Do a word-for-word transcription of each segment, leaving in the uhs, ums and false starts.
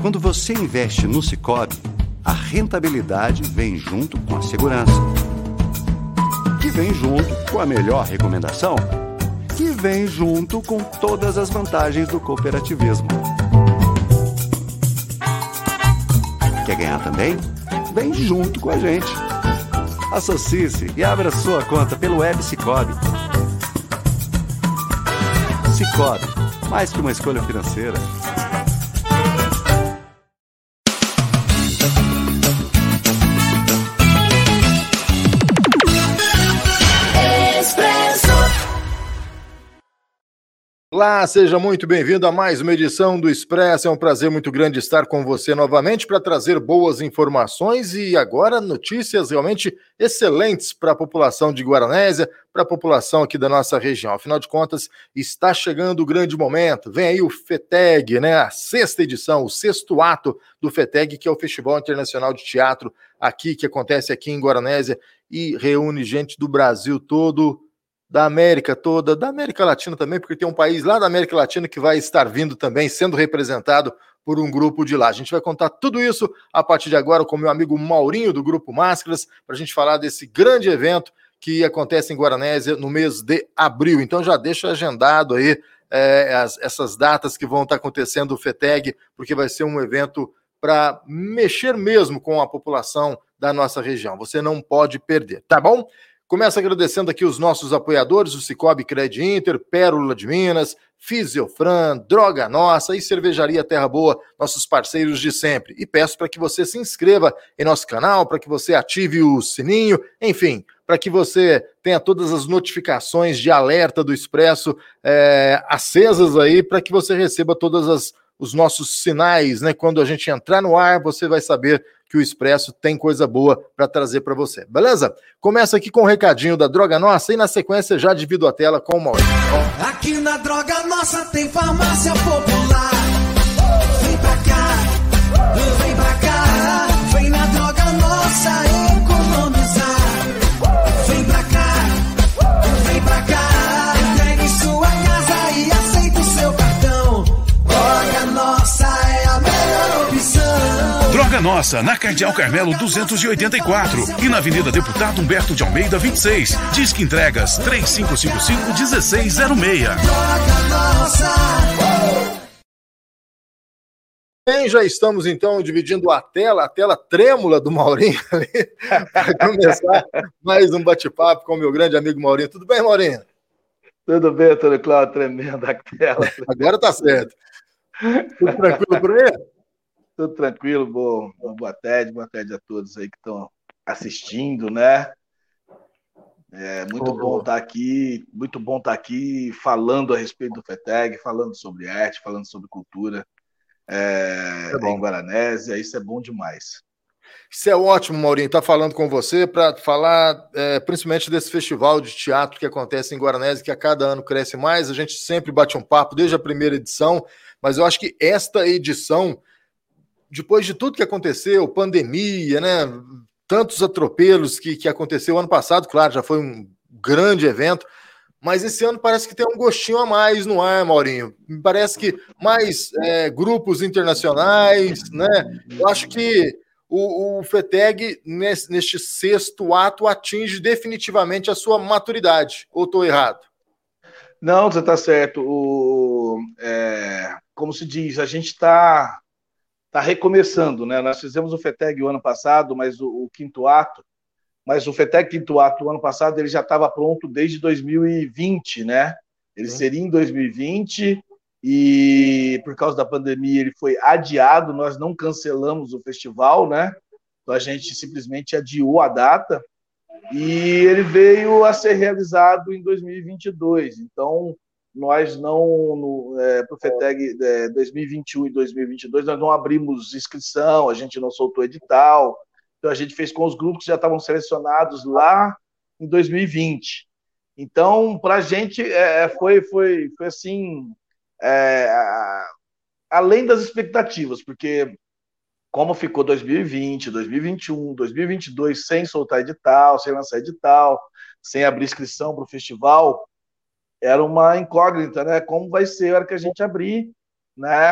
Quando você investe no Sicoob, a rentabilidade vem junto com a segurança, que vem junto com a melhor recomendação, que vem junto com todas as vantagens do cooperativismo. Quer ganhar também? Vem junto com a gente. Associe-se e abra sua conta pelo Web Sicoob. Sicoob, mais que uma escolha financeira. Olá, seja muito bem-vindo a mais uma edição do Expresso. É um prazer muito grande estar com você novamente para trazer boas informações e agora notícias realmente excelentes para a população de Guaranésia, para a população aqui da nossa região. Afinal de contas, está chegando o grande momento. Vem aí o FETEG, né? A sexta edição, o sexto ato do FETEG, que é o Festival Internacional de Teatro aqui, que acontece aqui em Guaranésia e reúne gente do Brasil todo, da América toda, da América Latina também, porque tem um país lá da América Latina que vai estar vindo também, sendo representado por um grupo de lá. A gente vai contar tudo isso a partir de agora com o meu amigo Maurinho, do Grupo Máscaras, para a gente falar desse grande evento que acontece em Guaranésia no mês de abril. Então já deixa agendado aí é, as, essas datas que vão estar acontecendo o FETEG, porque vai ser um evento para mexer mesmo com a população da nossa região. Você não pode perder, tá bom? Começo agradecendo aqui os nossos apoiadores, o Sicoob Cred Inter, Pérola de Minas, Fisiofran, Droga Nossa e Cervejaria Terra Boa, nossos parceiros de sempre. E peço para que você se inscreva em nosso canal, para que você ative o sininho, enfim, para que você tenha todas as notificações de alerta do Expresso é, acesas aí, para que você receba todas as os nossos sinais, né? Quando a gente entrar no ar, você vai saber que o Expresso tem coisa boa para trazer para você, beleza? Começa aqui com o um recadinho da Droga Nossa e na sequência já divido a tela com o Maurício. Aqui na Droga Nossa tem farmácia popular. Vem pra cá, vem pra cá, vem na Droga Nossa economizar. Vem pra cá, vem pra cá, entregue em sua casa e aceita o seu cartão. Droga Nossa é a melhor opção. Droga Nossa, na Cardeal Carmelo duzentos e oitenta e quatro e na Avenida Deputado Humberto de Almeida vinte e seis. Disque entregas três cinco cinco cinco, um seis zero seis. Droga Nossa. Bem, já estamos então dividindo a tela, a tela trêmula do Maurinho ali, para começar mais um bate-papo com o meu grande amigo Maurinho. Tudo bem, Maurinho? Tudo bem, Antônio Cláudio, tremendo a tela. Agora tá certo. Tudo tranquilo por aí? Tudo tranquilo, boa, boa tarde, boa tarde a todos aí que estão assistindo, né? É muito oh, bom estar aqui, muito bom estar aqui falando a respeito do FETEG, falando sobre arte, falando sobre cultura é, é em Guaranésia, isso é bom demais. Isso é ótimo, Maurinho, estar falando com você para falar é, principalmente desse festival de teatro que acontece em Guaranésia, que a cada ano cresce mais, a gente sempre bate um papo desde a primeira edição, mas eu acho que esta edição, depois de tudo que aconteceu, pandemia, né, tantos atropelos que, que aconteceu ano passado, claro, já foi um grande evento, mas esse ano parece que tem um gostinho a mais no ar, Maurinho. Parece que mais é, grupos internacionais, né? Eu acho que o, o FETEG, nesse, neste sexto ato, atinge definitivamente a sua maturidade. Ou estou errado? Não, você está certo. O, é, como se diz, a gente está tá recomeçando, né? Nós fizemos o FETEG o ano passado, mas o, o quinto ato, mas o FETEG quinto ato do ano passado ele já estava pronto desde dois mil e vinte, né? Ele Sim. seria em dois mil e vinte e por causa da pandemia ele foi adiado, nós não cancelamos o festival, né? Então a gente simplesmente adiou a data e ele veio a ser realizado em dois mil e vinte e dois. Então nós não, é, para o FETEG é, dois mil e vinte e um e dois mil e vinte e dois, nós não abrimos inscrição, a gente não soltou edital, então a gente fez com os grupos que já estavam selecionados lá em dois mil e vinte. Então, para a gente, é, foi, foi, foi assim, é, além das expectativas, porque como ficou dois mil e vinte, dois mil e vinte e um, dois mil e vinte e dois sem soltar edital, sem lançar edital, sem abrir inscrição para o festival, era uma incógnita, né? Como vai ser a hora que a gente abrir, né?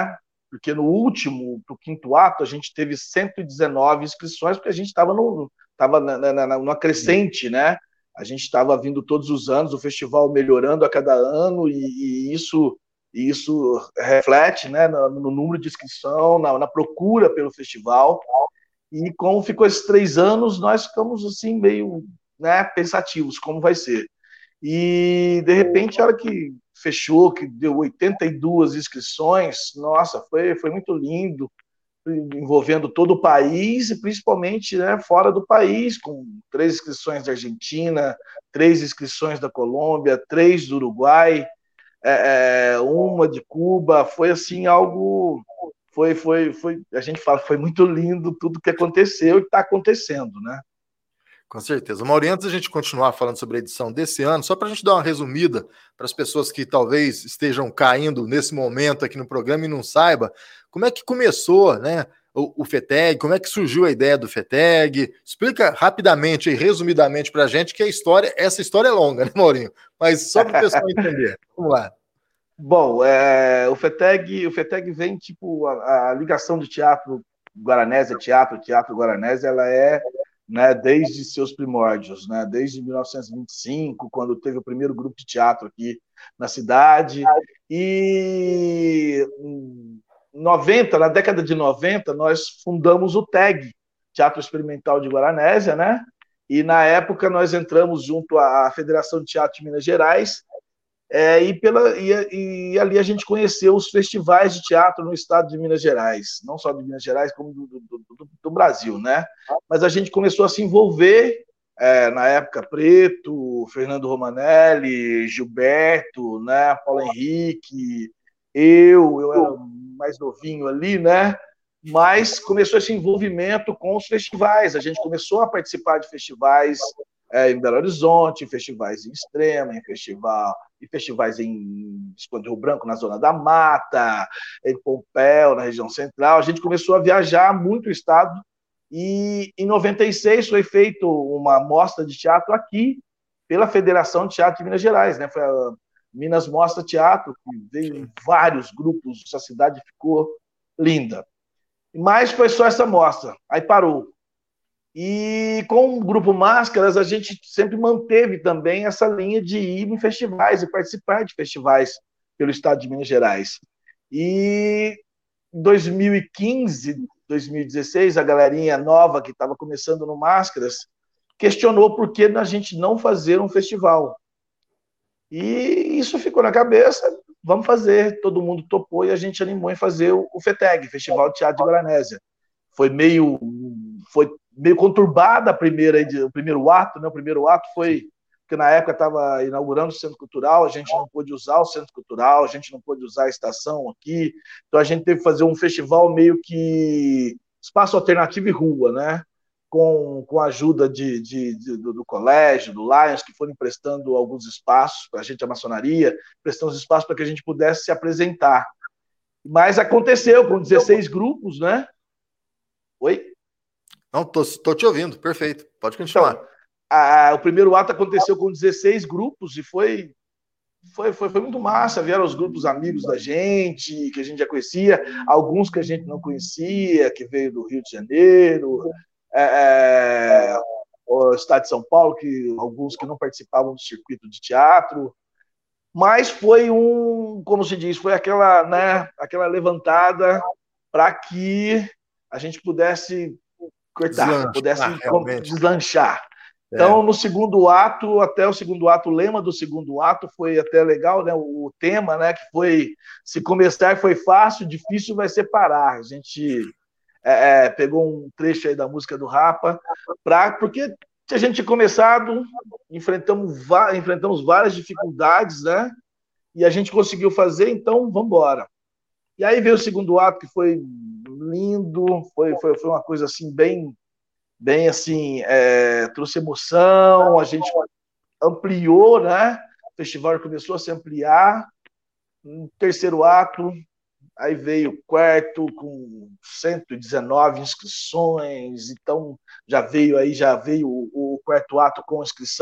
porque no último, para o quinto ato, a gente teve cento e dezenove inscrições, porque a gente estava tava numa crescente, né? A gente estava vindo todos os anos, o festival melhorando a cada ano, e, e isso, e isso reflete, né, no, no número de inscrição, na, na procura pelo festival. E como ficou esses três anos, nós ficamos assim meio, né, pensativos, como vai ser. E, de repente, a hora que fechou, que deu oitenta e duas inscrições, nossa, foi, foi muito lindo, envolvendo todo o país e principalmente, né, fora do país, com três inscrições da Argentina, três inscrições da Colômbia, três do Uruguai, é, uma de Cuba. Foi assim algo, foi, foi, foi, a gente fala, foi muito lindo tudo que aconteceu e está acontecendo, né? Com certeza. Mauri, antes da gente continuar falando sobre a edição desse ano, só para a gente dar uma resumida para as pessoas que talvez estejam caindo nesse momento aqui no programa e não saiba, como é que começou, né, o, o FETEG, como é que surgiu a ideia do FETEG? Explica rapidamente e resumidamente para a gente que a história, essa história é longa, né, Maurinho? Mas só para o pessoal entender. Vamos lá. Bom, é, o FETEG, o FETEG vem, tipo, a, a ligação de teatro Guaranésia, teatro, teatro Guaranésia, ela é, né, desde seus primórdios, né, desde mil novecentos e vinte e cinco, quando teve o primeiro grupo de teatro aqui na cidade, e em noventa, na década de noventa, nós fundamos o TEG, Teatro Experimental de Guaranésia, né, e na época nós entramos junto à Federação de Teatro de Minas Gerais, É, e, pela, e, e ali a gente conheceu os festivais de teatro no estado de Minas Gerais, não só de Minas Gerais, como do, do, do, do Brasil, né? Mas a gente começou a se envolver, é, na época, Preto, Fernando Romanelli, Gilberto, né? Paulo Henrique, eu, eu era mais novinho ali, né? Mas começou esse envolvimento com os festivais, a gente começou a participar de festivais, É, em Belo Horizonte, em festivais em Extrema, em festival, em festivais em Visconde Rio Branco, na Zona da Mata, em Pompéu, na região central. A gente começou a viajar muito o estado e em noventa e seis foi feita uma mostra de teatro aqui pela Federação de Teatro de Minas Gerais, né? Foi a Minas Mostra Teatro, que veio em vários grupos, a cidade ficou linda. Mas foi só essa mostra, aí parou. E com o Grupo Máscaras, a gente sempre manteve também essa linha de ir em festivais e participar de festivais pelo estado de Minas Gerais. E em dois mil e quinze, dois mil e dezesseis, a galerinha nova que estava começando no Máscaras questionou por que a gente não fazer um festival. E isso ficou na cabeça, vamos fazer. Todo mundo topou e a gente animou em fazer o FETEG, Festival de Teatro de Guaranésia. Foi meio... Foi meio conturbada a primeira, o primeiro ato, né? O primeiro ato foi porque na época estava inaugurando o Centro Cultural, a gente não pôde usar o Centro Cultural, a gente não pôde usar a estação aqui, então a gente teve que fazer um festival meio que espaço alternativo e rua, né? Com, com a ajuda de, de, de, do, do colégio, do Lions, que foram emprestando alguns espaços para a gente, a maçonaria, emprestando os espaços para que a gente pudesse se apresentar. Mas aconteceu com dezesseis grupos, né? Oi? Não, tô, tô te ouvindo, perfeito. Pode continuar. Então, a, o primeiro ato aconteceu com dezesseis grupos e foi, foi, foi, foi muito massa. Vieram os grupos amigos da gente, que a gente já conhecia, alguns que a gente não conhecia, que veio do Rio de Janeiro, é, o estado de São Paulo, que, alguns que não participavam do circuito de teatro. Mas foi um, como se diz, foi aquela, né, aquela levantada para que a gente pudesse cortar, Deslancha, pudesse ah, deslanchar. É. Então, no segundo ato, até o segundo ato, o lema do segundo ato foi até legal, né? O tema, né? Que foi: se começar foi fácil, difícil vai ser parar. A gente é, pegou um trecho aí da música do Rapa, pra, porque se a gente tinha começado, enfrentamos, enfrentamos várias dificuldades, né? E a gente conseguiu fazer, então vamos embora. E aí veio o segundo ato, que foi lindo, foi, foi, foi uma coisa assim, bem, bem assim, é, trouxe emoção, a gente ampliou, né? O festival começou a se ampliar. No terceiro ato, aí veio o quarto com cento e dezenove inscrições, então já veio aí, já veio o, o quarto ato com inscrição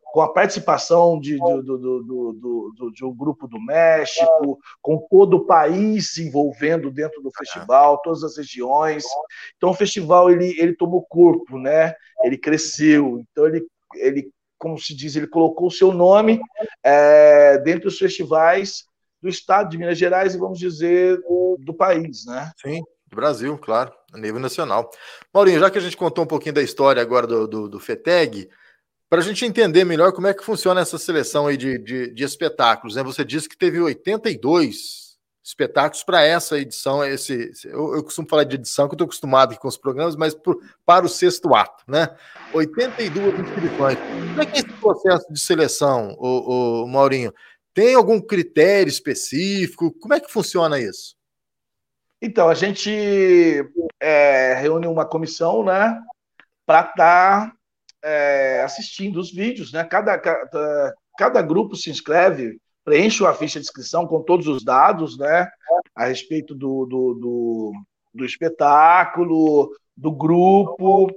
com a participação de, do, do, do, do, do, de um grupo do México, com todo o país se envolvendo dentro do festival, todas as regiões. Então, o festival ele, ele tomou corpo, né? Ele cresceu. Então, ele, ele, como se diz, ele colocou o seu nome é, dentre os festivais do estado de Minas Gerais e, vamos dizer, do país, né? Sim, do Brasil, claro, a nível nacional. Maurinho, já que a gente contou um pouquinho da história agora do, do, do FETEG, para a gente entender melhor como é que funciona essa seleção aí de, de, de espetáculos, né? Você disse que teve oitenta e dois espetáculos para essa edição. Esse, eu, eu costumo falar de edição, que eu estou acostumado aqui com os programas, mas por, para o sexto ato, né? oitenta e duas inscrições. Como é que é esse processo de seleção, o, o Maurinho? Tem algum critério específico? Como é que funciona isso? Então, a gente é, reúne uma comissão, né, para estar é, assistindo os vídeos, né? Cada, cada, cada grupo se inscreve, preenche uma ficha de inscrição com todos os dados, né, a respeito do, do, do, do espetáculo, do grupo,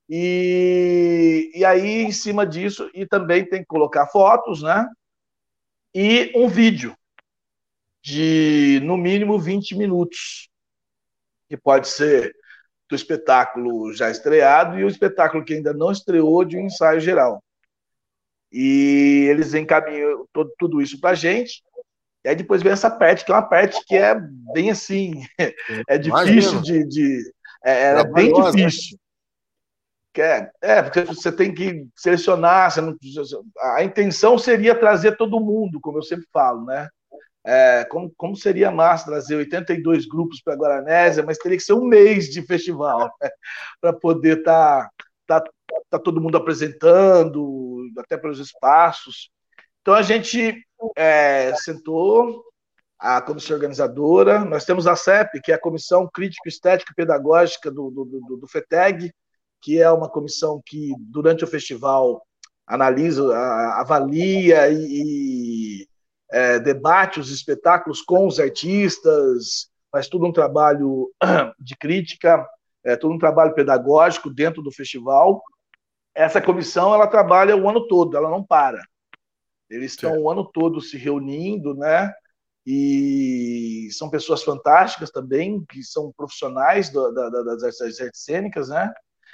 e, e aí, em cima disso, e também tem que colocar fotos, né, e um vídeo de, no mínimo, vinte minutos, que pode ser do espetáculo já estreado e o espetáculo que ainda não estreou de um ensaio geral. E eles encaminham todo, tudo isso para a gente, e aí depois vem essa parte, que é uma parte que é bem assim, é difícil de... de é, é bem difícil. Que é, é, porque você tem que selecionar, você não, a intenção seria trazer todo mundo, como eu sempre falo, né? É, como, como seria massa trazer oitenta e dois grupos para a Guaranésia, mas teria que ser um mês de festival, né? Para poder estar tá, tá, tá todo mundo apresentando, até pelos espaços. Então a gente é, sentou, a comissão organizadora, nós temos a C E P, que é a Comissão Crítico Estética e Pedagógica do, do, do, do FETEG, que é uma comissão que durante o festival analisa, avalia e, e É, debate os espetáculos com os artistas, faz todo um trabalho de crítica, é, todo um trabalho pedagógico dentro do festival. Essa comissão ela trabalha o ano todo, ela não para. Eles estão Sim. o ano todo se reunindo, né? E são pessoas fantásticas também, que são profissionais do, da, da, das artes cênicas, né?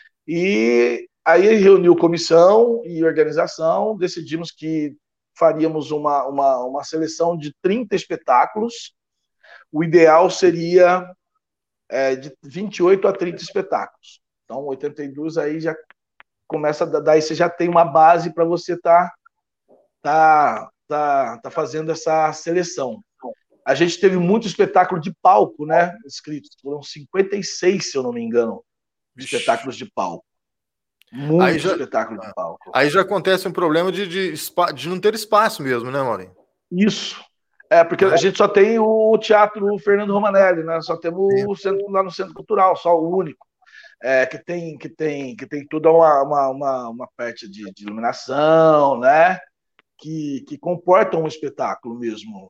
E aí reuniu comissão e organização, decidimos que faríamos uma, uma, uma seleção de trinta espetáculos. O ideal seria é, de vinte e oito a trinta espetáculos. Então, oitenta e dois aí já começa, daí você já tem uma base para você estar tá, tá, tá, tá fazendo essa seleção. A gente teve muito espetáculo de palco, né, escritos. Foram cinquenta e seis, se eu não me engano, espetáculos de palco. Muito aí já, espetáculo de palco. Aí já acontece um problema de, de, de não ter espaço mesmo, né, Maurinho? Isso. É, porque é. a gente só tem o Teatro Fernando Romanelli, né? Só temos o centro, lá no Centro Cultural, só o único. É, que, tem, que, tem, que tem toda uma, uma, uma, uma parte de, de iluminação, né? Que, que comporta um espetáculo mesmo.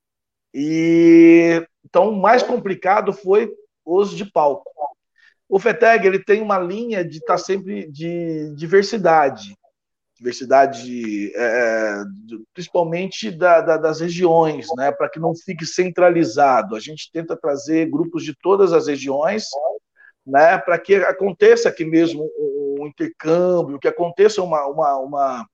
E então o mais complicado foi os de palco. O FETEG ele tem uma linha de estar tá sempre de diversidade, diversidade é, principalmente da, da, das regiões, né, para que não fique centralizado. A gente tenta trazer grupos de todas as regiões, né, para que aconteça aqui mesmo o, o intercâmbio, que aconteça uma, uma, uma,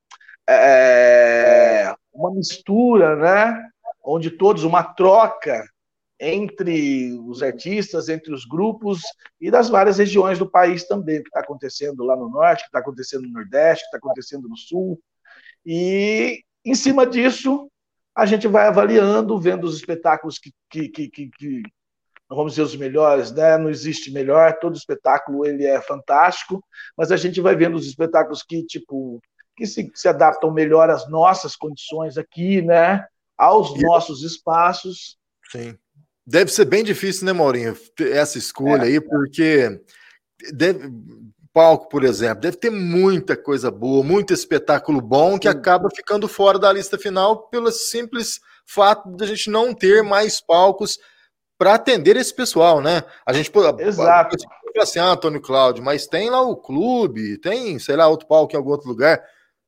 é, uma mistura, né, onde todos, uma troca entre os artistas, entre os grupos e das várias regiões do país também, o que está acontecendo lá no norte, o que está acontecendo no nordeste, o que está acontecendo no sul. E, em cima disso, a gente vai avaliando, vendo os espetáculos que, que, que, que, que não vamos dizer os melhores, né? Não existe melhor, todo espetáculo ele é fantástico, mas a gente vai vendo os espetáculos que, tipo, que se, se adaptam melhor às nossas condições aqui, né? Aos e... nossos espaços. Sim. Deve ser bem difícil, né, Maurinho, essa escolha é, aí, porque deve, palco, por exemplo, deve ter muita coisa boa, muito espetáculo bom que acaba ficando fora da lista final pelo simples fato de a gente não ter mais palcos para atender esse pessoal, né? A gente pode Exato. assim, ah, Antônio Cláudio, mas tem lá o clube, tem, sei lá, outro palco em algum outro lugar.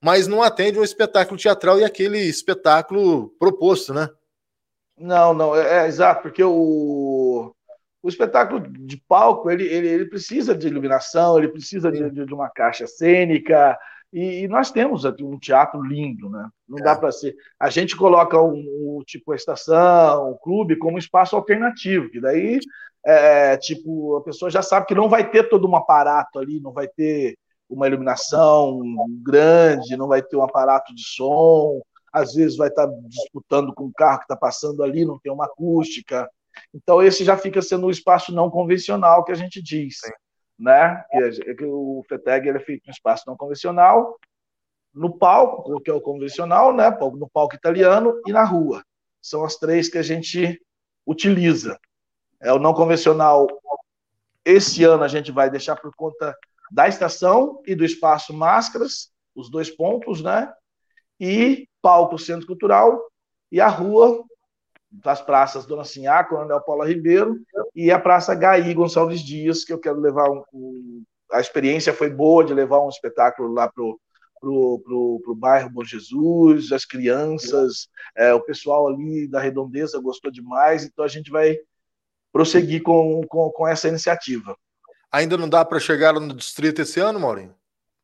mas não atende um espetáculo teatral e aquele espetáculo proposto, né? Não, não, é, é exato, porque o, o espetáculo de palco, ele, ele, ele precisa de iluminação, ele precisa de, de, de uma caixa cênica, e, e nós temos aqui um teatro lindo, né? Não é. dá para ser... A gente coloca um, um tipo a estação, o clube, como um espaço alternativo, que daí, é, tipo, a pessoa já sabe que não vai ter todo um aparato ali, não vai ter uma iluminação grande, não vai ter um aparato de som, às vezes vai estar disputando com o carro que está passando ali, não tem uma acústica. Então, esse já fica sendo um espaço não convencional que a gente diz, Sim. né? Que, que o FETEG ele é feito em um espaço não convencional, no palco, que é o convencional, né? No palco italiano e na rua. São as três que a gente utiliza. É o não convencional. Esse ano a gente vai deixar por conta da estação e do espaço Máscaras, os dois pontos, né? E palco Centro Cultural e a rua das praças Dona Sinhá, Coronel Paula Ribeiro e a Praça Gaí Gonçalves Dias, que eu quero levar um, um, a experiência foi boa de levar um espetáculo lá pro pro, pro, pro bairro Bom Jesus, as crianças, é, o pessoal ali da Redondeza gostou demais, então a gente vai prosseguir com, com, com essa iniciativa. Ainda não dá para chegar no distrito esse ano, Maurinho?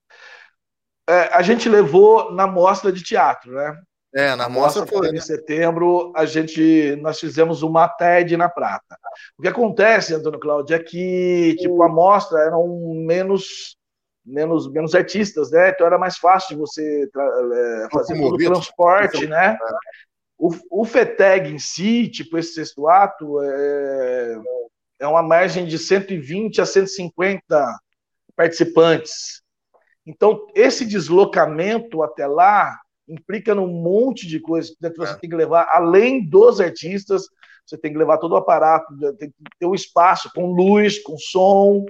É, a gente levou na mostra de teatro, né? É, na mostra foi. Em né? setembro, a gente, nós fizemos uma T E D na Prata. O que acontece, Antônio Cláudio, é que tipo, a mostra eram menos, menos, menos artistas, né? Então era mais fácil de você é, fazer todo o transporte, né? O, o FETEG em si, tipo, esse sexto ato, é, é uma margem de cento e vinte a cento e cinquenta participantes. Então, esse deslocamento até lá implica num monte de coisas que você tem que levar, além dos artistas, você tem que levar todo o aparato, tem que ter um espaço com luz, com som,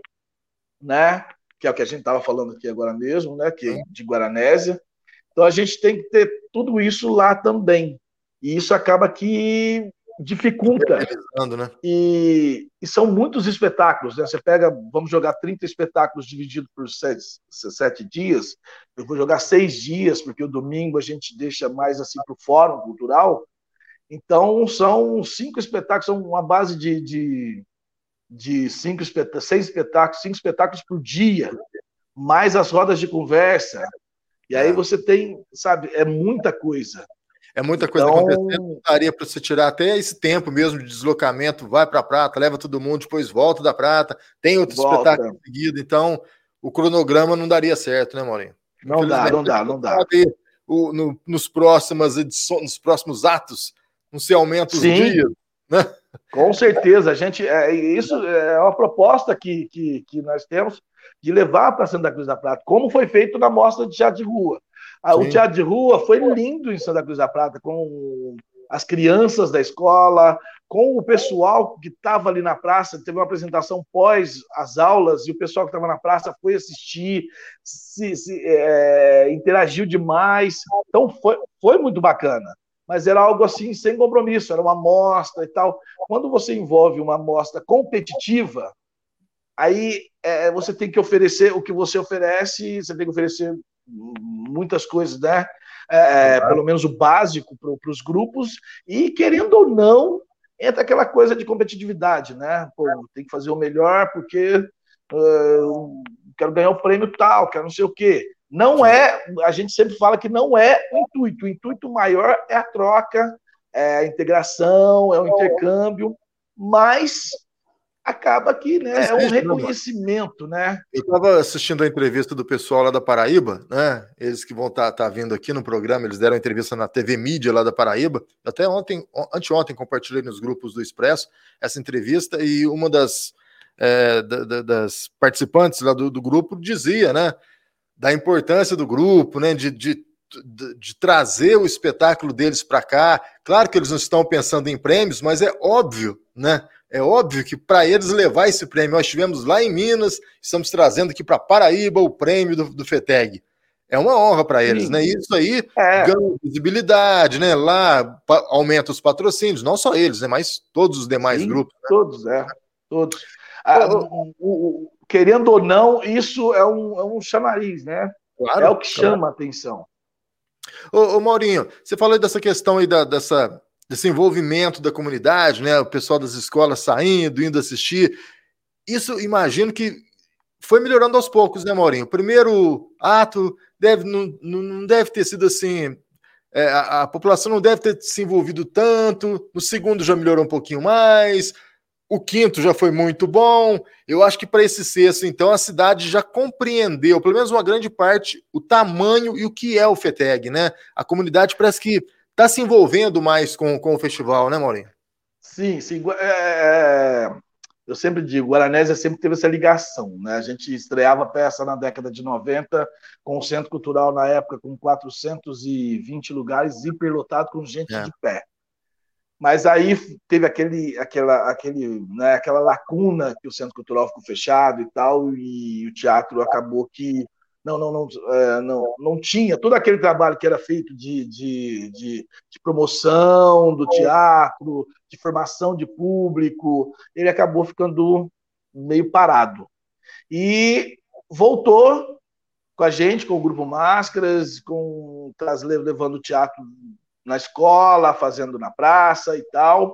né? Que é o que a gente estava falando aqui agora mesmo, né? Que é de Guaranésia. Então, a gente tem que ter tudo isso lá também. E isso acaba que dificulta. Né? E, e são muitos espetáculos, né? Você pega, vamos jogar trinta espetáculos divididos por sete, sete dias, eu vou jogar seis dias, porque o domingo a gente deixa mais assim para o Fórum Cultural. Então, são cinco espetáculos, são uma base de, de, de cinco espetáculos, seis espetáculos, cinco espetáculos por dia, mais as rodas de conversa. E aí você tem, sabe, é muita coisa. É muita coisa então... acontecendo, daria para você tirar até esse tempo mesmo de deslocamento, vai para a Prata, leva todo mundo, depois volta da Prata, tem outro volta. espetáculo em seguida, então o cronograma não daria certo, né, Maurinho? Não dá, não dá, não dá. O, no, nos, próximas edições, nos próximos atos, não se aumenta os Sim. dias, né? Com certeza, a gente, é, isso é uma proposta que, que, que nós temos de levar para Santa Cruz da Prata, como foi feito na mostra de teatro de rua. Ah, o teatro de rua foi lindo em Santa Cruz da Prata, com as crianças da escola, com o pessoal que estava ali na praça. Teve uma apresentação pós as aulas e o pessoal que estava na praça foi assistir, se, se, é, interagiu demais. Então foi, foi muito bacana, mas era algo assim sem compromisso, era uma amostra e tal. Quando você envolve uma amostra competitiva, aí é, você tem que oferecer o que você oferece, você tem que oferecer muitas coisas, né? É, pelo menos o básico para os grupos, e querendo ou não, entra aquela coisa de competitividade, né? Pô, tem que fazer o melhor porque uh, quero ganhar o prêmio tal, quero não sei o quê. Não é, a gente sempre fala que não é o intuito, o intuito maior é a troca, é a integração, é o intercâmbio, mas acaba que, né, é um reconhecimento, né? Eu estava assistindo a entrevista do pessoal lá da Paraíba, né? Eles que vão estar tá, tá vindo aqui no programa, eles deram entrevista na T V Mídia lá da Paraíba. Até ontem, anteontem, compartilhei nos grupos do Expresso essa entrevista e uma das, é, da, da, das participantes lá do, do grupo dizia, né, da importância do grupo, né, de, de, de, de trazer o espetáculo deles para cá. Claro que eles não estão pensando em prêmios, mas é óbvio, né? É óbvio que para eles levar esse prêmio, nós estivemos lá em Minas, estamos trazendo aqui para Paraíba o prêmio do, do FETEG. É uma honra para eles, Sim. né? Isso aí é. ganha visibilidade, né? Lá pa, aumenta os patrocínios, não só eles, né? Mas todos os demais Sim, grupos. Né? Todos, é. Todos. Ah, o, o, o, querendo ou não, isso é um, é um chamariz, né? Claro, é o que chama a atenção. Ô, ô Maurinho, você falou aí dessa questão aí da, dessa, desse envolvimento da comunidade, né? O pessoal das escolas saindo, indo assistir. Isso, imagino que foi melhorando aos poucos, né, Maurinho? O primeiro ato deve, não, não deve ter sido assim... É, a, a população não deve ter se envolvido tanto. No segundo já melhorou um pouquinho mais. O quinto já foi muito bom. Eu acho que para esse sexto, então, a cidade já compreendeu, pelo menos uma grande parte, o tamanho e o que é o FETEG, né? A comunidade parece que está se envolvendo mais com, com o festival, né, Maurinho? Sim, sim. É... Eu sempre digo, Guaranésia sempre teve essa ligação, né? A gente estreava peça na década de noventa, com o Centro Cultural, na época, com quatrocentos e vinte lugares, hiperlotado, com gente é. de pé. Mas aí teve aquele, aquela, aquele, né, aquela lacuna que o Centro Cultural ficou fechado e tal, e o teatro acabou que não, não, não, não, não tinha todo aquele trabalho que era feito de, de, de, de promoção do teatro, de formação de público, ele acabou ficando meio parado. E voltou com a gente, com o Grupo Máscaras, com, levando o teatro na escola, fazendo na praça e tal.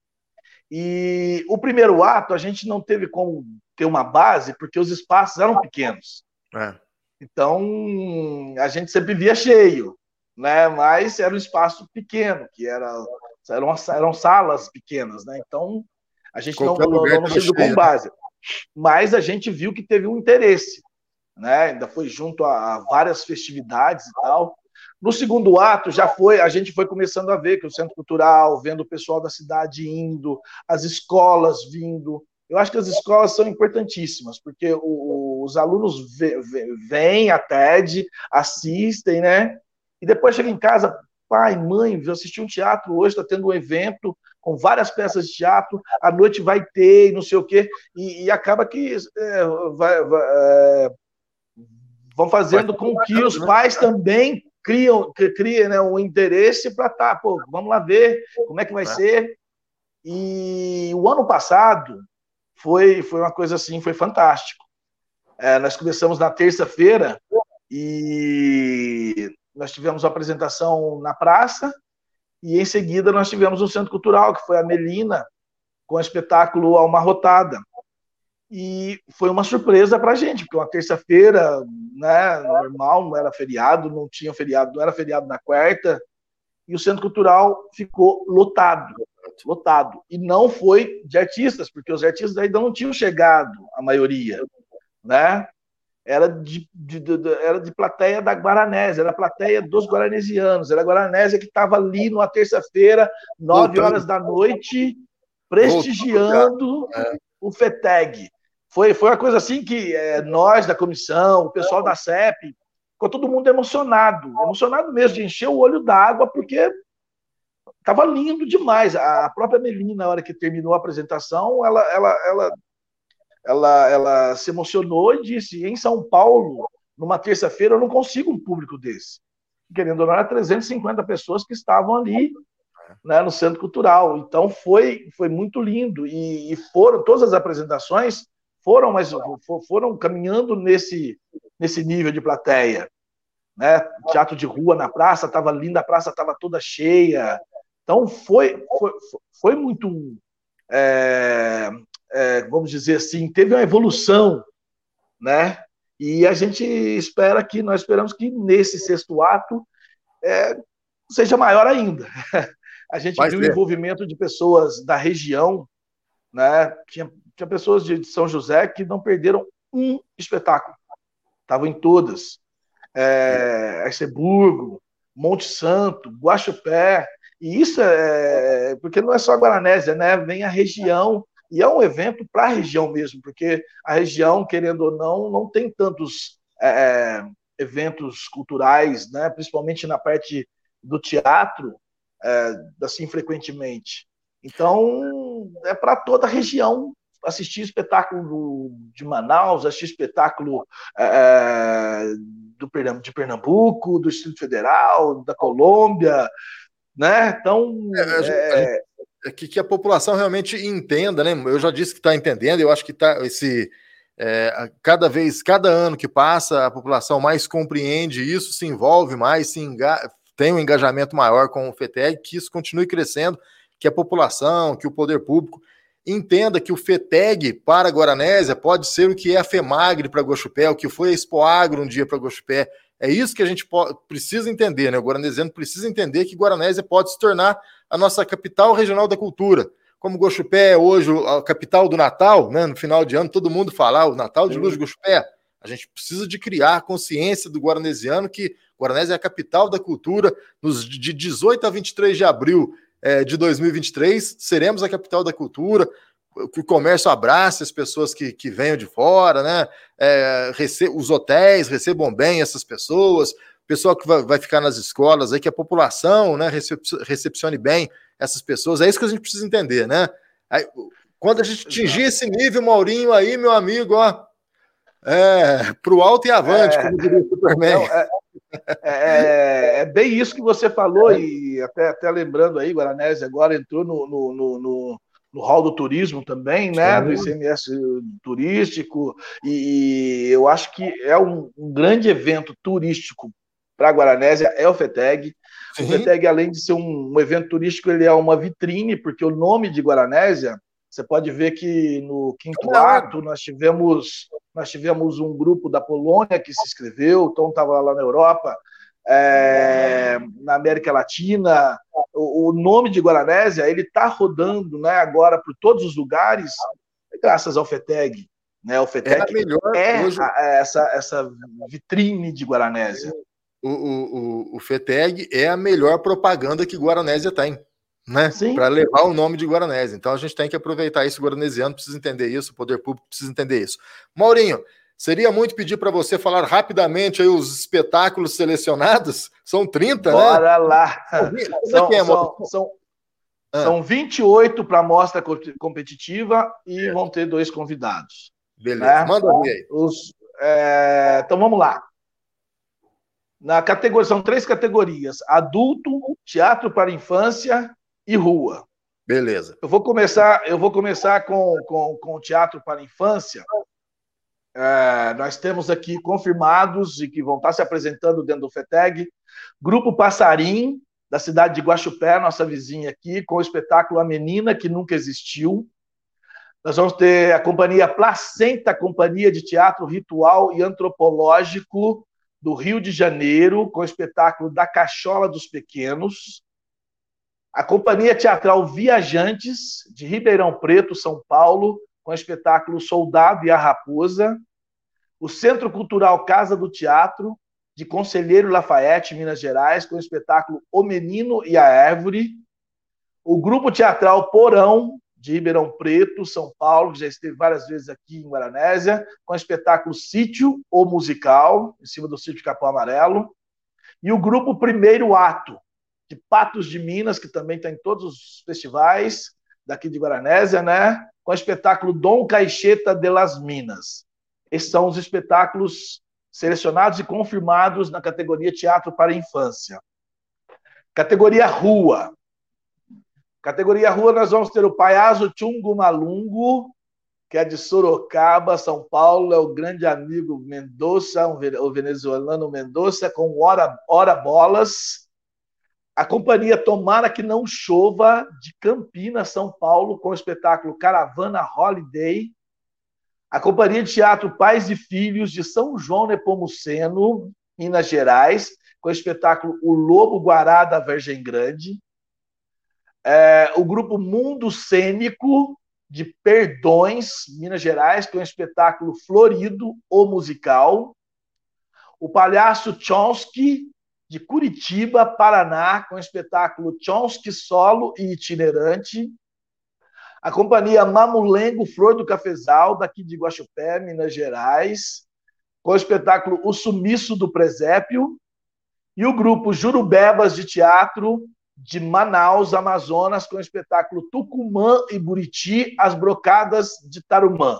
E o primeiro ato, a gente não teve como ter uma base, porque os espaços eram pequenos. É. Então, a gente sempre via cheio, né? Mas era um espaço pequeno, que era, eram, eram salas pequenas, né? Então, a gente Qualquer não, não, não serviu com base. Mas a gente viu que teve um interesse, né? Ainda foi junto a, a várias festividades e tal. No segundo ato, já foi, a gente foi começando a ver que o Centro Cultural, vendo o pessoal da cidade indo, as escolas vindo. Eu acho que as escolas são importantíssimas, porque o, os alunos vêm à T E D, assistem, né? E depois chegam em casa, pai, mãe, eu assisti um teatro hoje, está tendo um evento com várias peças de teatro, à noite vai ter, e não sei o quê, e, e acaba que é, vai, vai, é, vão fazendo com que os pais também criam, criem, né, um interesse para tá, pô, vamos lá ver como é que vai ser. E o ano passado foi, foi uma coisa assim, foi fantástico. É, nós começamos na terça-feira e nós tivemos uma apresentação na praça e em seguida nós tivemos um Centro Cultural, que foi a Melina, com o espetáculo Amarrotada. E foi uma surpresa para a gente, porque uma terça-feira, né, normal, não era feriado, não tinha feriado, não era feriado na quarta, e o Centro Cultural ficou lotado, lotado. E não foi de artistas, porque os artistas ainda não tinham chegado, a maioria, né? Era de, de, de, era de plateia da Guaranésia, era a plateia dos guaranesianos, era a Guaranésia que estava ali numa terça-feira, nove horas da noite, prestigiando o FETEG. Foi, foi uma coisa assim que é, nós da comissão, o pessoal da C E P, ficou todo mundo emocionado, emocionado mesmo, de encher o olho d'água, porque estava lindo demais. A própria Melina, na hora que terminou a apresentação, ela, ela, ela, ela, ela se emocionou e disse, em São Paulo, numa terça-feira, eu não consigo um público desse. Querendo ou não, eram trezentas e cinquenta pessoas que estavam ali, né, no Centro Cultural. Então, foi, foi muito lindo. E, e foram, todas as apresentações foram, mas foram caminhando nesse, nesse nível de plateia. Né? Teatro de rua na praça, estava linda, a praça estava toda cheia. Então, foi, foi, foi muito, é, é, vamos dizer assim, teve uma evolução, né? E a gente espera que, nós esperamos que nesse sexto ato é, seja maior ainda. A gente Vai viu ser. o envolvimento de pessoas da região, né? Tinha, tinha pessoas de São José que não perderam um espetáculo. Estavam em todas. É, Arceburgo, Monte Santo, Guaxupé. E isso é... Porque não é só a Guaranésia, né? Vem a região. E é um evento para a região mesmo, porque a região, querendo ou não, não tem tantos é, eventos culturais, né? Principalmente na parte do teatro, é, assim, frequentemente. Então, é para toda a região assistir espetáculo de Manaus, assistir espetáculo é, do, de Pernambuco, do Distrito Federal, da Colômbia, né? Então, é, é... É que, que a população realmente entenda, né? Eu já disse que está entendendo, eu acho que tá esse é, cada vez, cada ano que passa, a população mais compreende isso, se envolve mais, se enga... tenha um engajamento maior com o FETEG, que isso continue crescendo, que a população, que o poder público entenda que o FETEG para a Guaranésia pode ser o que é a FEMAGRE para Guaxupé, o que foi a Expoagro um dia para Guaxupé. É isso que a gente pode, precisa entender, né? O guaranesiano precisa entender que Guaranésia pode se tornar a nossa capital regional da cultura. Como Guaxupé é hoje a capital do Natal, né? No final de ano todo mundo fala, ah, o Natal de Luz de Guaxupé. A gente precisa de criar a consciência do guaranesiano que Guaranésia é a capital da cultura. Nos, de dezoito a vinte e três de abril é, de dois mil e vinte e três, seremos a capital da cultura. Que o comércio abrace as pessoas que, que venham de fora, né? É, rece- os hotéis recebam bem essas pessoas, o pessoal que vai, vai ficar nas escolas, aí, que a população, né, recep- recepcione bem essas pessoas. É isso que a gente precisa entender, né? Aí, quando a gente atingir esse nível, Maurinho, aí, meu amigo, ó, é, pro alto e avante, É, como diria o Superman. Não, é, é, é bem isso que você falou, e até, até lembrando aí, Guaranésia agora entrou no, no, no, no, no hall do turismo também, né? Do I C M S turístico, e eu acho que é um, um grande evento turístico para a Guaranésia, é o FETEG. O Sim. FETEG, além de ser um, um evento turístico, ele é uma vitrine, porque o nome de Guaranésia, você pode ver que no quinto ato nós tivemos, nós tivemos um grupo da Polônia que se inscreveu, o Tom estava lá na Europa, é, na América Latina. O, o nome de Guaranésia, ele está rodando, né, agora por todos os lugares, graças ao FETEG. Né? O FETEG É a melhor, é hoje, a, essa, essa vitrine de Guaranésia. o, o, o FETEG é a melhor propaganda que Guaranésia tem, né? Para levar o nome de Guaranésia. Então a gente tem que aproveitar isso, o guaranesiano precisa entender isso, o poder público precisa entender isso. Maurinho, seria muito pedir para você falar rapidamente aí os espetáculos selecionados? São trinta, Bora né? Bora lá. São, é, são, são, ah. são vinte e oito para a mostra competitiva e é. vão ter dois convidados. Beleza, né? Manda ver aí. Os, é, então vamos lá. Na categoria, são três categorias: adulto, teatro para infância e rua. Beleza. Eu vou começar, eu vou começar com, com, com o teatro para infância. É, nós temos aqui confirmados e que vão estar se apresentando dentro do FETEG, Grupo Passarim, da cidade de Guaxupé, nossa vizinha aqui, com o espetáculo A Menina que Nunca Existiu. Nós vamos ter a companhia Placenta, Companhia de Teatro Ritual e Antropológico do Rio de Janeiro, com o espetáculo Da Cachola dos Pequenos. A Companhia Teatral Viajantes, de Ribeirão Preto, São Paulo, com o espetáculo Soldado e a Raposa. O Centro Cultural Casa do Teatro, de Conselheiro Lafayette, Minas Gerais, com o espetáculo O Menino e a Árvore. O Grupo Teatral Porão, de Ribeirão Preto, São Paulo, que já esteve várias vezes aqui em Guaranésia, com o espetáculo Sítio, o Musical, em cima do Sítio Capão Amarelo. E o Grupo Primeiro Ato, de Patos de Minas, que também está em todos os festivais daqui de Guaranésia, né? Com o espetáculo Dom Caixeta de las Minas. Esses são os espetáculos selecionados e confirmados na categoria Teatro para Infância. Categoria Rua. Categoria Rua, nós vamos ter o Payaso Chungo Malungo, que é de Sorocaba, São Paulo, é o grande amigo Mendonça, o venezuelano Mendonça, com Hora, Hora Bolas. A companhia Tomara Que Não Chova, de Campinas, São Paulo, com o espetáculo Caravana Holiday. A companhia de teatro Pais e Filhos, de São João Nepomuceno, Minas Gerais, com o espetáculo O Lobo Guará da Virgem Grande. É, o grupo Mundo Cênico, de Perdões, Minas Gerais, com o espetáculo Florido, o Musical. O Palhaço Chomsky, de Curitiba, Paraná, com o espetáculo Chomsky Solo e Itinerante. A companhia Mamulengo Flor do Cafezal, daqui de Guaxupé, Minas Gerais, com o espetáculo O Sumiço do Presépio. E o grupo Jurubebas de Teatro, de Manaus, Amazonas, com o espetáculo Tucumã e Buriti, As Brocadas de Tarumã.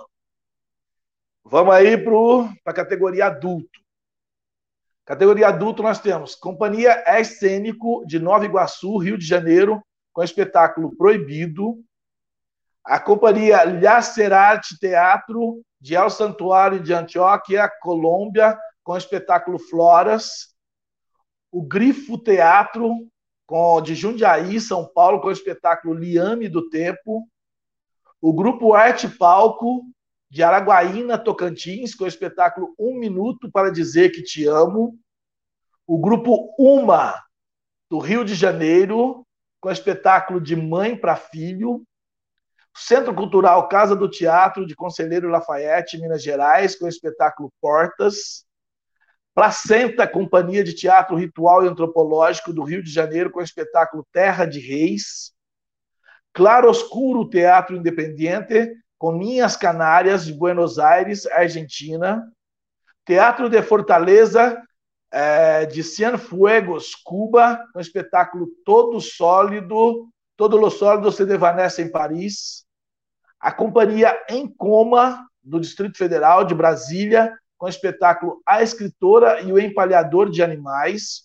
Vamos aí para a categoria adulto. Categoria adulto nós temos Companhia Escênico de Nova Iguaçu, Rio de Janeiro, com o espetáculo Proibido. A Companhia Lacerarte Teatro de El Santuário de Antioquia, Colômbia, com o espetáculo Floras. o Grifo Teatro, com, de Jundiaí, São Paulo, com o espetáculo Liame do Tempo, o Grupo Arte Palco, de Araguaína, Tocantins, com o espetáculo Um Minuto para Dizer Que Te Amo, o Grupo Uma, do Rio de Janeiro, com o espetáculo De Mãe para Filho, o Centro Cultural Casa do Teatro, de Conselheiro Lafayette, Minas Gerais, com o espetáculo Portas, Placenta, Companhia de Teatro Ritual e Antropológico do Rio de Janeiro, com o espetáculo Terra de Reis, Claroscuro Teatro Independiente, com Minhas Canárias, de Buenos Aires, Argentina, Teatro de Fortaleza, é, de Cienfuegos, Cuba, com o espetáculo Todo Sólido, Todo lo Sólido se Desvanece em Paris, a Companhia Em Coma, do Distrito Federal de Brasília, com o espetáculo A Escritora e o Empalhador de Animais,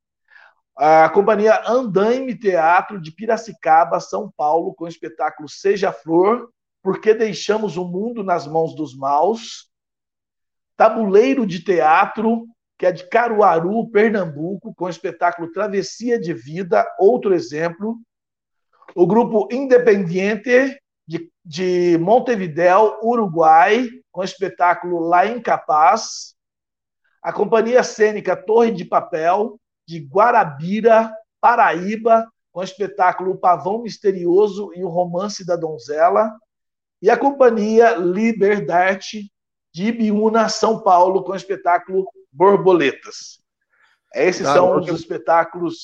a Companhia Andaime Teatro, de Piracicaba, São Paulo, com o espetáculo Seja Flor, Por que Deixamos o Mundo nas Mãos dos Maus, Tabuleiro de Teatro, que é de Caruaru, Pernambuco, com o espetáculo Travessia de Vida, outro exemplo, o Grupo Independiente, de, de Montevidéu, Uruguai, com o espetáculo La Incapaz, a Companhia Cênica Torre de Papel, de Guarabira, Paraíba, com o espetáculo O Pavão Misterioso e o Romance da Donzela, e a Companhia Liberdade, de Ibiúna, São Paulo, com o espetáculo Borboletas. Esses ah, são os espetáculos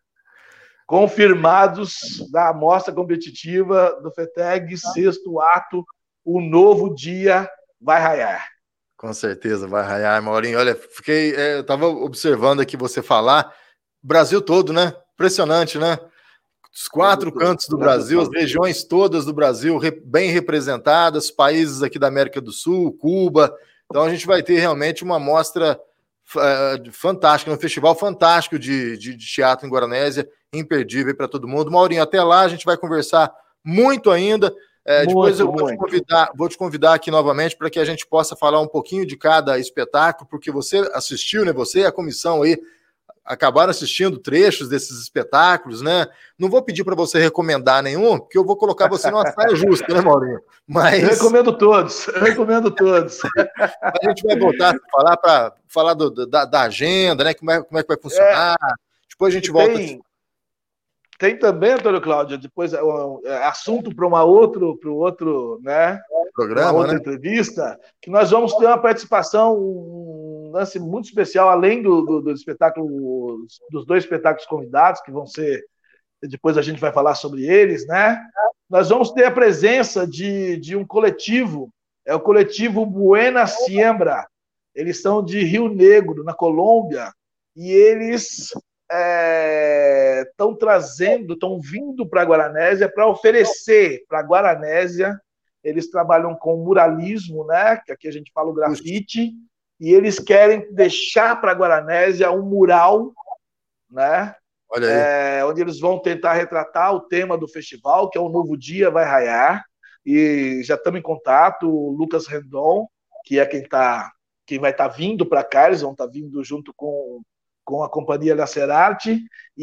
confirmados da amostra competitiva do FETEG, sexto ato, O Novo Dia Vai Raiar. Com certeza vai raiar, Maurinho. Olha, fiquei, é, eu estava observando aqui você falar, Brasil todo, né? Impressionante, né? Os quatro cantos do Brasil, as regiões todas do Brasil bem representadas, países aqui da América do Sul, Cuba. Então a gente vai ter realmente uma mostra uh, fantástica, um festival fantástico de, de, de teatro em Guaranésia, imperdível para todo mundo. Maurinho, até lá a gente vai conversar muito ainda. É, muito, depois eu vou te, convidar, vou te convidar aqui novamente para que a gente possa falar um pouquinho de cada espetáculo, porque você assistiu, né? Você e a comissão aí acabaram assistindo trechos desses espetáculos, né? Não vou pedir para você recomendar nenhum, porque eu vou colocar você numa saia justa, né, Maurinho? Mas... Eu recomendo todos, eu recomendo todos. A gente vai voltar a falar para falar do, da, da agenda, né? Como é, como é que vai funcionar. É, depois a gente volta. Tem, tem também, Antônio Cláudio, depois é, é, assunto para uma outro, para o outro, né? Programa, uma outra né? entrevista, que nós vamos ter uma participação, um lance muito especial, além do, do, do espetáculo, dos dois espetáculos convidados, que vão ser, depois a gente vai falar sobre eles, né? Nós vamos ter a presença de, de um coletivo, é o coletivo Buena Siembra. Eles são de Rio Negro, na Colômbia, e eles estão é, trazendo, estão vindo para a Guaranésia para oferecer para a Guaranésia. Eles trabalham com muralismo, né? Que aqui a gente fala o grafite, e eles querem deixar para a Guaranésia um mural, né? Olha aí. É, onde eles vão tentar retratar o tema do festival, que é O Novo Dia Vai Raiar, e já estamos em contato, o Lucas Rendon, que é quem, tá, quem vai estar tá vindo para cá, eles vão estar tá vindo junto com, com a Companhia Lacerarte,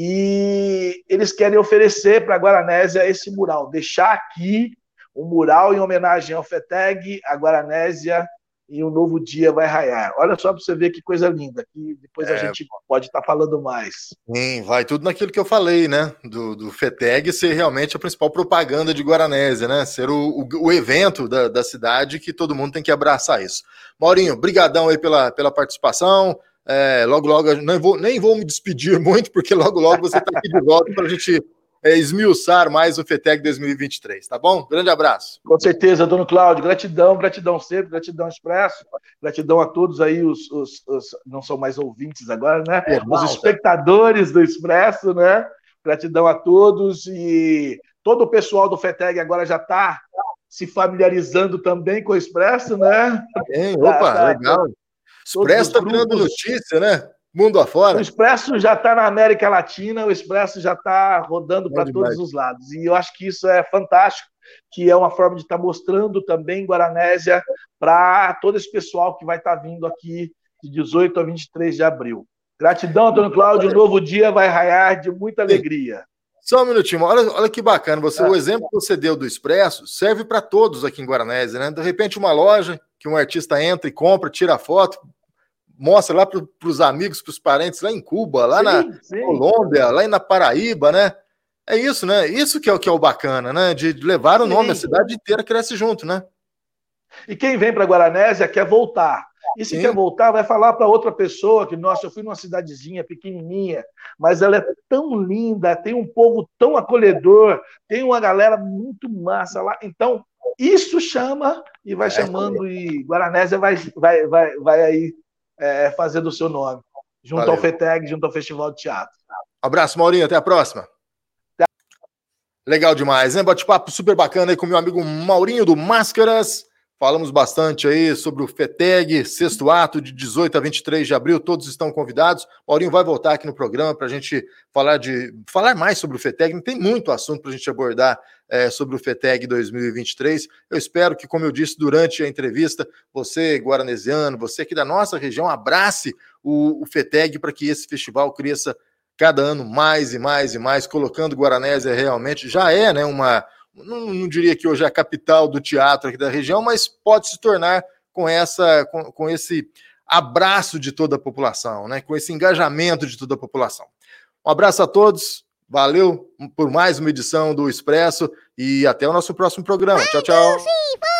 e eles querem oferecer para a Guaranésia esse mural, deixar aqui um mural em homenagem ao FETEG, a Guaranésia e O Novo Dia Vai Raiar. Olha só para você ver que coisa linda, que depois é, a gente pode estar tá falando mais. Sim, vai tudo naquilo que eu falei, né? Do, do FETEG ser realmente a principal propaganda de Guaranésia, né? Ser o, o, o evento da, da cidade que todo mundo tem que abraçar isso. Maurinho, brigadão aí pela, pela participação. É, logo, logo, eu nem vou, nem vou me despedir muito, porque logo, logo você está aqui de volta para a gente é, esmiuçar mais o FETEG dois mil e vinte e três, tá bom? Grande abraço. Com certeza, dono Cláudio. Gratidão, gratidão sempre, gratidão Expresso, gratidão a todos aí, os, os, os não são mais ouvintes agora, né? É, os espectadores do Expresso, né? Gratidão a todos e todo o pessoal do FETEG agora já está se familiarizando também com o Expresso, né? Bem, opa, tá, tá, legal. Expresso está virando notícia, né? Mundo afora. O Expresso já está na América Latina, o Expresso já está rodando para todos os lados. E eu acho que isso é fantástico, que é uma forma de estar tá mostrando também Guaranésia para todo esse pessoal que vai estar tá vindo aqui de dezoito a vinte e três de abril. Gratidão, Antônio Cláudio. Um novo dia vai raiar de muita alegria. Só um minutinho, olha, olha que bacana. Você, é. O exemplo que você deu do Expresso serve para todos aqui em Guaranésia, né? De repente, uma loja que um artista entra e compra, tira foto, mostra lá para os amigos, para os parentes, lá em Cuba, lá sim, na sim. Colômbia, lá na Paraíba, né? É isso, né? Isso que é o que é o bacana, né? De levar o nome, sim. A cidade inteira cresce junto, né? E quem vem para Guaranésia quer voltar. E se Sim. quer voltar, vai falar para outra pessoa que, nossa, eu fui numa cidadezinha pequenininha, mas ela é tão linda, tem um povo tão acolhedor, tem uma galera muito massa lá. Então, isso chama e vai é, chamando, é. E Guaranésia vai, vai, vai, vai aí é, fazendo o seu nome, junto Valeu. Ao FETEG, junto ao Festival de Teatro. Um abraço, Maurinho, até a próxima. Até. Legal demais, né? Bate-papo super bacana aí com meu amigo Maurinho do Máscaras. Falamos bastante aí sobre o FETEG, sexto ato, de dezoito a vinte e três de abril, todos estão convidados. Maurinho vai voltar aqui no programa para a gente falar, de, falar mais sobre o FETEG, tem muito assunto para a gente abordar é, sobre o FETEG dois mil e vinte e três. Eu espero que, como eu disse durante a entrevista, você, guaranesiano, você aqui da nossa região, abrace o, o FETEG para que esse festival cresça cada ano mais e mais e mais, colocando Guaranésia realmente, já é né, uma... Não, não diria que hoje é a capital do teatro aqui da região, mas pode se tornar com, essa, com, com esse abraço de toda a população, né? Com esse engajamento de toda a população. Um abraço a todos, valeu por mais uma edição do Expresso e até o nosso próximo programa. Tchau, tchau.